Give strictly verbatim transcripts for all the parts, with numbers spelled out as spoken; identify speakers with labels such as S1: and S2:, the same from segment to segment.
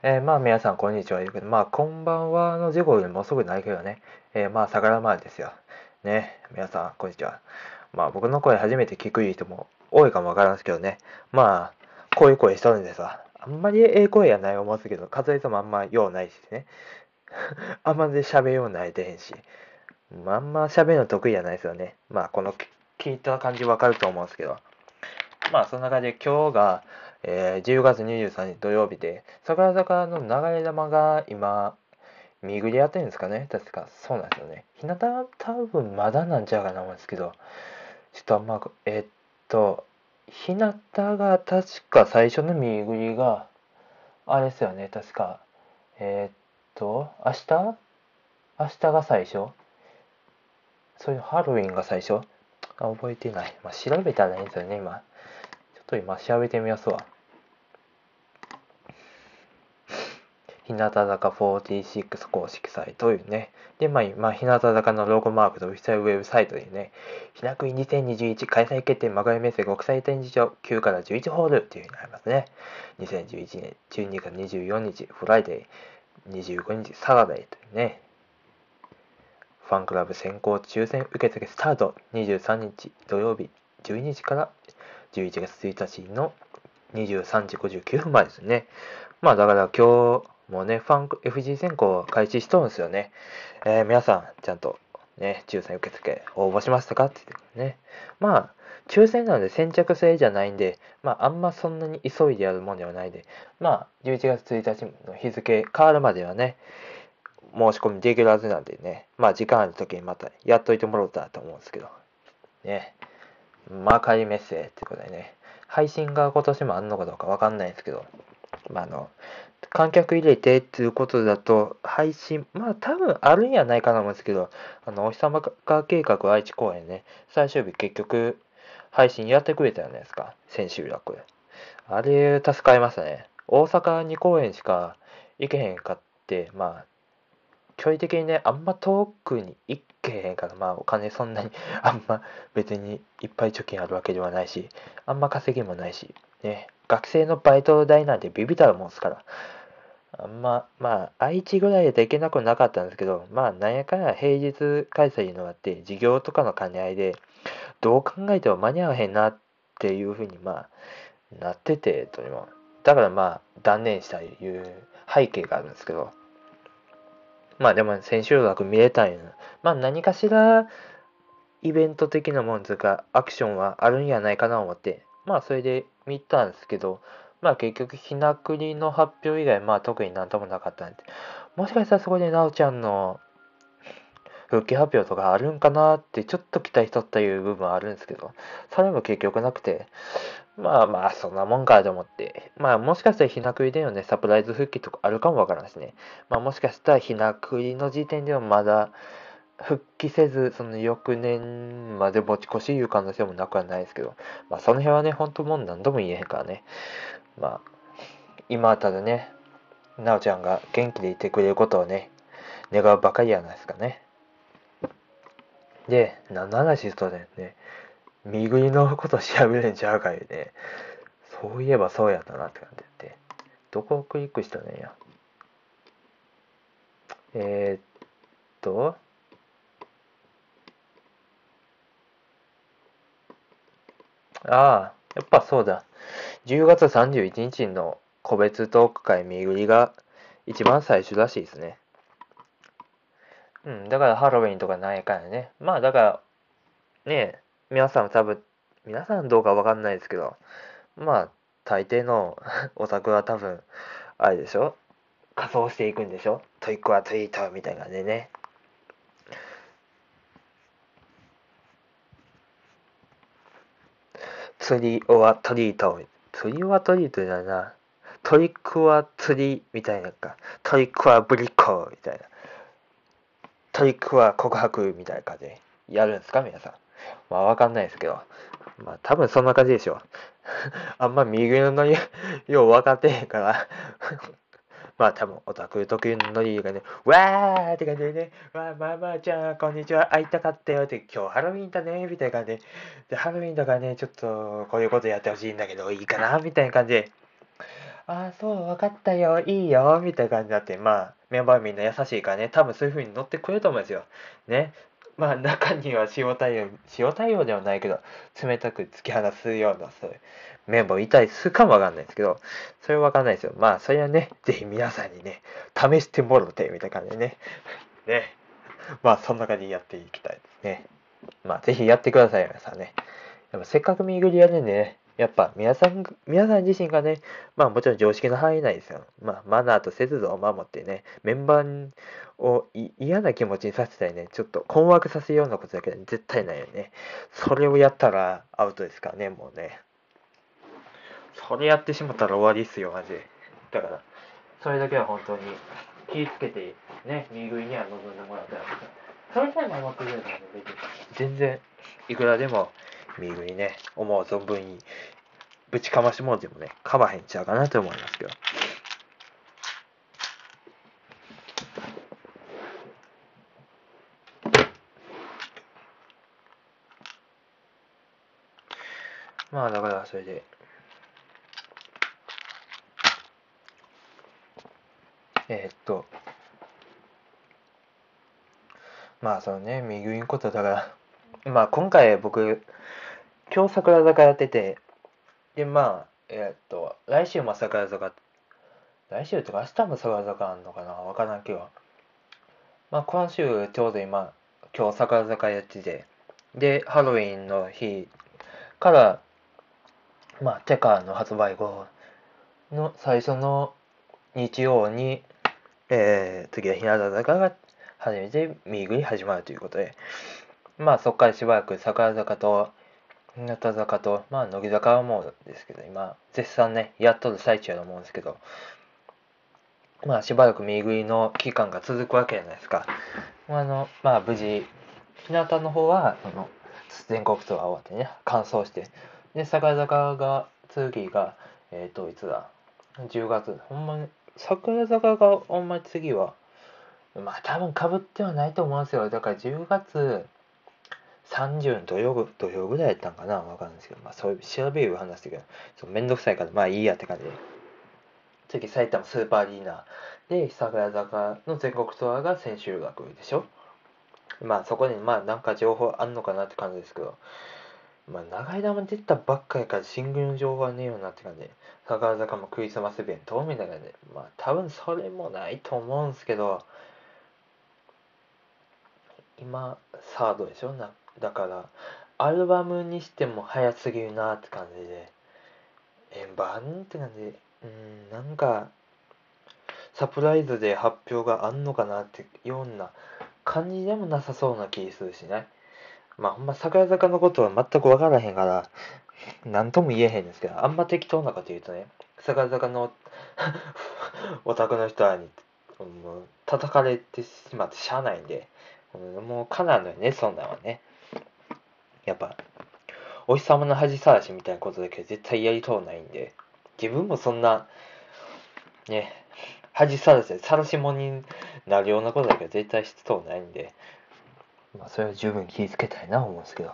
S1: えー、まあ皆さんこんにちは言うけど、まあこんばんはの時刻よりもうすぐないけどね、えー、まあ桜前ですよ。ね、皆さんこんにちは。まあ僕の声初めて聞く人も多いかもわからんですけどね、まあこういう声しとるんですわ。あんまりええ声やない思うんですけど、数えてもあんまようないしね。あんまり喋ようないでへんし、まああんま喋るの得意じゃないですよね。まあこの聞いた感じわかると思うんですけど、まあそんな感じで今日が、えー、じゅうがつにじゅうさんにち土曜日で、桜坂の流れ玉が今、見ぐりやってるんですかね、確か。そうなんですよね。日向は多分まだなんちゃうかな思うんですけど、ちょっとあんま、えーっと、日向が確か最初の見ぐりが、あれですよね、確か、えーっと、明日明日が最初、そういうハロウィンが最初、あ、覚えてない。まあ、調べたらいいんですよね、今。ちょっと今調べてみますわ。日向坂フォーティーシックス公式サイトいうね。で、まあ、まあ、日向坂のロゴマークとオフィシャルウェブサイトでね、ひなくいにせんにじゅういち開催決定まがいメッセ国際展示場きゅうからじゅういちホールっていう風になりますね。にせんじゅういちねんじゅうにがつにじゅうよっかフライデー、にじゅうごにちサラデーというね、ファンクラブ先行抽選受付スタートにじゅうさんにち土曜日じゅうにじからじゅういちがつついたちのにじゅうさんじごじゅうきゅうふんまでですね。まあだから今日もうね、ファンク エフジー 選考開始しとるんですよね。えー皆さん、ちゃんとね、抽選受付応募しましたかって言ってね。まあ、抽選なので先着制じゃないんで、まあ、あんまそんなに急いでやるもんではないで、まあ、じゅういちがつついたちの日付変わるまではね、申し込みできるはずなんでね、まあ、時間ある時にまたやっといてもらおうたと思うんですけど、ね、まあ、仮メッセージってことでね、配信が今年もあんのかどうかわかんないですけど、まあ、あの、観客入れてっていうことだと、配信、まあ多分あるんやないかなと思うんですけど、あの、お日様化計画愛知公演ね、最終日結局、配信やってくれたじゃないですか、千秋楽。あれ、助かりましたね。大阪に公演しか行けへんかって、まあ、距離的にね、あんま遠くに行けへんから、まあお金そんなにあんま別にいっぱい貯金あるわけではないし、あんま稼ぎもないし、ね、学生のバイト代なんてビビたるもんですから、あんま、まあ、愛知ぐらいで行けなくなかったんですけど、まあ、なんやかんや平日開催のがあって、授業とかの兼ね合いで、どう考えても間に合わへんなっていうふうに、まあ、なってて、とにも。だからまあ、断念したいう背景があるんですけど、まあでも、千秋楽見れたいな。まあ、何かしら、イベント的なもんとか、アクションはあるんやないかなと思って、まあ、それで見たんですけど、まあ結局、ひなくりの発表以外、まあ特になんともなかったんで、もしかしたらそこでなおちゃんの復帰発表とかあるんかなってちょっと期待しとったいう部分はあるんですけど、それも結局なくて、まあまあそんなもんかと思って、まあもしかしたらひなくりでのね、サプライズ復帰とかあるかもわからんしね。まあもしかしたらひなくりの時点でもまだ復帰せず、その翌年まで持ち越しいう可能性もなくはないですけど、まあその辺はね、ほんともう何度も言えへんからね。まあ、今はただね、なおちゃんが元気でいてくれることをね、願うばかりやないですかね。で、何の話しとるんね。見食いのこと調べるんちゃうかいうね。そういえばそうやったなって感じで。どこをクリックしたらいいんや。えー、っと、ああ、やっぱそうだ。じゅうがつさんじゅういちにちの個別トーク会見ぐりが一番最初らしいですね。うん、だからハロウィンとかないからね。まあだからね、皆さん多分、皆さんどうかわかんないですけど、まあ大抵のオタクは多分、あれでしょ、仮装していくんでしょ、トイックはツイートみたいなでね。釣りオアトリート。釣りオアトリートだな。トリックは釣りみたいなか。トリックはブリッコみたいな。トリックは告白みたいな感じでやるんですか皆さん。まあわかんないですけど。まあ多分そんな感じでしょ。あんま右のノリよう分かってへんからまあ多分オタク特有のノリがね、わーって感じでね、わーまあまあちゃんこんにちは、会いたかったよって、今日ハロウィンだねみたいな感じで、でハロウィンだからね、ちょっとこういうことやってほしいんだけどいいかなみたいな感じでああ、そう、わかったよ、いいよ、みたいな感じになって、まあ、メンバーみんな優しいからね、多分そういう風に乗ってくれると思うんですよ。ね。まあ、中には塩対応、塩対応ではないけど、冷たく突き放すような、そういうメンバーいたりするかもわかんないですけど、それはわかんないですよ。まあ、それはね、ぜひ皆さんにね、試してもろて、みたいな感じでね。ね。まあ、そんな感じでやっていきたいですね。まあ、ぜひやってください、皆さんね。やっぱせっかく巡りやるんでね、やっぱ皆さん、皆さん自身がね、まあもちろん常識の範囲内ですよ。まあマナーと節度を守ってね、メンバーを嫌な気持ちにさせたりね、ちょっと困惑させるようなことだけは絶対ないよね。それをやったらアウトですからね、もうね。それやってしまったら終わりっすよ、マジで。だから、それだけは本当に気をつけて、ね、右食いには臨んでもらったら。それさえ守ってくれたらね、別に全然、いくらでも右食いね、思う存分にぶちかましてもうてもね、かまへんちゃうかなと思いますけど。まあだからそれで、えー、っと、まあそのね、右食いのことだから、まあ今回僕、今日桜坂やってて、でまあ、えー、っと、来週も桜坂、来週とか明日も桜坂あんのかなわからんけど、まあ今週ちょうど今、今日桜坂やってて、で、ハロウィンの日から、まあ、チェカーの発売後の最初の日曜に、えー、次は日向坂が初めて巡り始まるということで、まあそこからしばらく桜坂と日向坂と、まあ乃木坂はもうですけど、今、絶賛ね、やっとる最中だと思うんですけど、まあしばらく巡りの期間が続くわけじゃないですか。あの、まあ無事、日向の方は、その、全国ツアー終わってね、完走して、で、桜坂が、次が、えっ、ー、と、いつだ、じゅうがつ、ほんまに、桜坂が、ほんまに次は、まあ多分被ってはないと思うんですよ。だからじゅうがつさんじゅうの土曜土曜ぐらいやったんかなわかるんですけど、まあそういう調べる話だけど、そうめんどくさいから、まあいいやって感じで。次、埼玉スーパーアリーナで、桜坂の全国ツアーが千秋楽でしょ。まあそこにまあなんか情報あんのかなって感じですけど、まあ長い玉出たばっかりからシングルの情報はねえよなって感じで、桜坂もクリスマスイベントみたいな感じで、まあ多分それもないと思うんですけど、今サードでしょな。だからアルバムにしても早すぎるなって感じで、えバンって感じで、うーんなんかサプライズで発表があんのかなってような感じでもなさそうな気するしね。まあほんま桜坂のことは全く分からへんから、なんとも言えへんですけど、あんま適当なこと言うとね、桜坂のオタクの人らにもう叩かれてしまってしゃあないんで、もうかなのよね、そんなんはね。やっぱ、お日様の恥さらしみたいなことだけは絶対やりとうないんで、自分もそんな、ね、恥さらしで晒し者になるようなことだけは絶対しとうないんで、まあそれは十分気をつけたいな思うんですけど。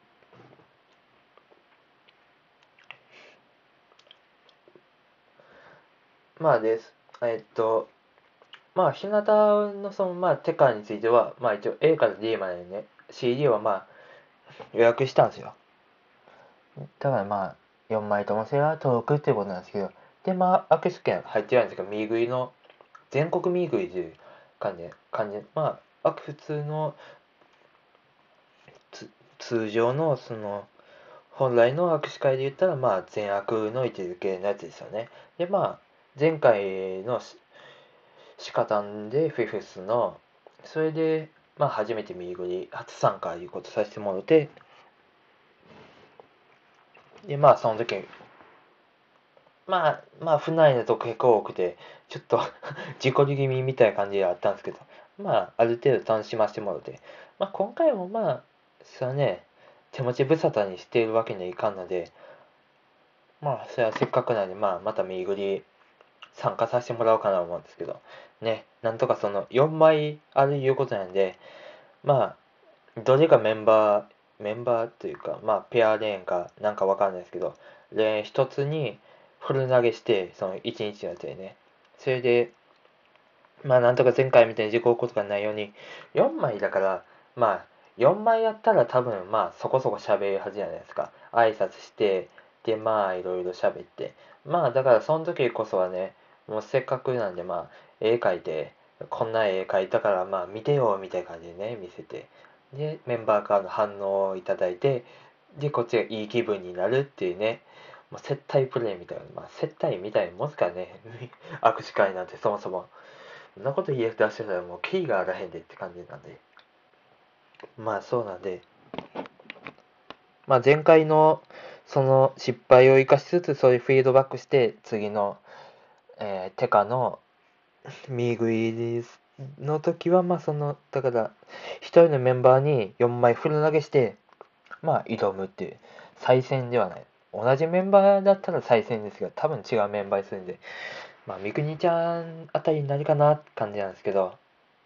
S1: まあです。えっと、まあ、日向のその、まあ、テカについては、まあ一応 A から D までね、シーディー はまあ予約したんですよ。だからまあ、よんまいともセラー登録っていうことなんですけど、で、まあ、握手券入ってないんですけど、ミーグイの、全国ミーグイという感じで、感じで、まあ、普通の、通常の、その、本来の握手会で言ったら、まあ、全握の位置づけのやつですよね。で、まあ、前回の仕方でフィフスの、それで、まあ、初めてミーグリ初参加いうことさせてもらって、で、まあ、その時、まあ、まあ、不慣れなとこ結構多くて、ちょっと自己気味みたいな感じであったんですけど、まあ、ある程度楽しませてもらって、まあ、今回もまあ、それはね、手持ち無沙汰にしているわけにはいかんので、まあ、それはせっかくなんで、まあ、また巡り参加させてもらおうかなと思うんですけど、ね、なんとかそのよんまいあるいうことなんで、まあ、どれがメンバー、メンバーというか、まあ、ペアレーンかなんかわかんないですけど、レーン一つにフル投げして、そのいちにちのやつでね。それで、まあなんとか前回みたいに事故起こることがないように、よんまいだから、まあよんまいやったら多分まあそこそこ喋るはずじゃないですか。挨拶して、でまあいろいろ喋って。まあだからその時こそはね、もうせっかくなんでまあ絵描いて、こんな絵描いたからまあ見てよみたいな感じでね、見せて。で、メンバーからの反応をいただいて、で、こっちがいい気分になるっていうね、もう接待プレイみたいな、まあ接待みたいなもんすからね、握手会なんてそもそも。そんなこと言え出してたらもうキリがあらへんでって感じなんで。まあそうなんで、まあ前回のその失敗を生かしつつ、そういうフィードバックして、次の、えー、テカのミーグイの時は、まあその、だから、一人のメンバーによんまいフル投げして、まあ挑むっていう、再戦ではない。同じメンバーだったら再戦ですが、多分違うメンバーにするんで、まあ、みくにちゃんあたりになるかなって感じなんですけど、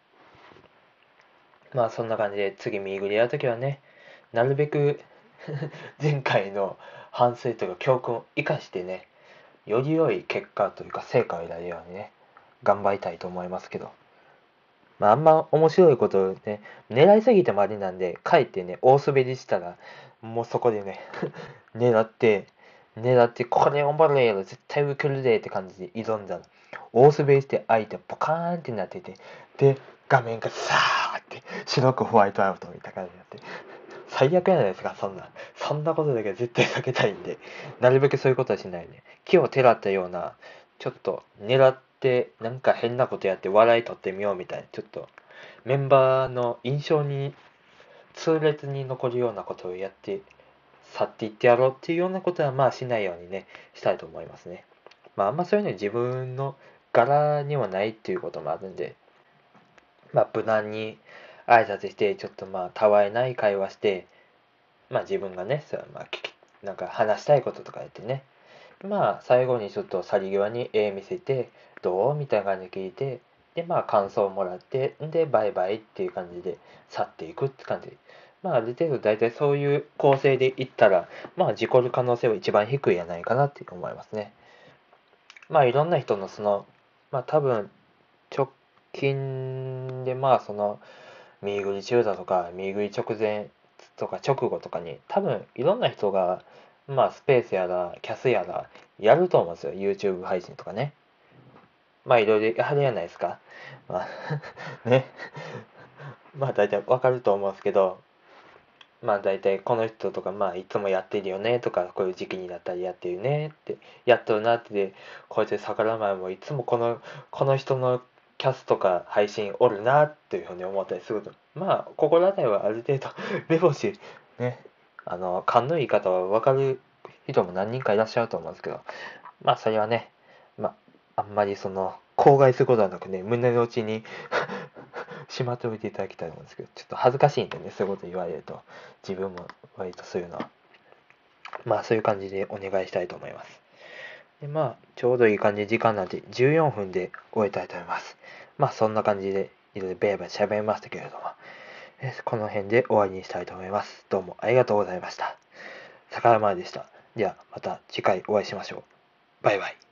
S1: まあそんな感じで次ミーグリやるときはね、なるべく前回の反省とか教訓を生かしてね、より良い結果というか成果を得られるようにね、頑張りたいと思いますけど、まああんま面白いことをね、狙いすぎてもあれなんで、かえってね、大滑りしたら、もうそこでね狙って、狙って、これ頑張れよ、絶対受けるでって感じで挑んだら、大滑りして相手ポカーンってなってて、で、画面がさーって白くホワイトアウトみたいな感じになって、最悪じゃないですか、そんな。そんなことだけは絶対避けたいんで、なるべくそういうことはしないで。木をてらったような、ちょっと狙って、なんか変なことやって笑い取ってみようみたいな、ちょっとメンバーの印象に痛烈に残るようなことをやって去っていってやろうっていうようなことはまあしないようにね、したいと思いますね。まああんまそういうの自分の柄にはないっていうこともあるんで、まあ無難に挨拶して、ちょっとまあたわいない会話して、まあ自分がね、それはまあ聞き、なんか話したいこととか言ってね、まあ最後にちょっと去り際に絵見せて、どうみたいな感じで聞いて、でまあ感想をもらって、でバイバイっていう感じで去っていくって感じ。まあある程度大体そういう構成でいったら、まあ事故る可能性は一番低いやないかなって思いますね。まあいろんな人のその、まあ多分直近でまあその、見食い中だとか、見食い直前とか直後とかに、多分いろんな人が、まあスペースやら、キャスやら、やると思うんですよ。YouTube 配信とかね。まあいろいろやるじゃないですか。まあね。まあ大体わかると思うんですけど、まあ大体この人とか、まあいつもやってるよねとか、こういう時期になったらやってるねって、やっとるなって、こうやって逆ら前もいつもこの、この人のキャスとか配信おるなっていうふうに思ったりすると、まあ心当たりはある程度目星、ね、あの、勘のいい方はわかる人も何人かいらっしゃると思うんですけど、まあそれはね、まああんまりその、口外することはなくね、胸の内にしまっておいていただきたいと思うんですけど、ちょっと恥ずかしいんでね、そういうこと言われると、自分も割とそういうのは、まあそういう感じでお願いしたいと思います。で、まあ、ちょうどいい感じで時間なんでじゅうよんぷんで終えたいと思います。まあそんな感じでいろいろベーベー喋りましたけれども、この辺で終わりにしたいと思います。どうもありがとうございました。坂山でした。ではまた次回お会いしましょう。バイバイ。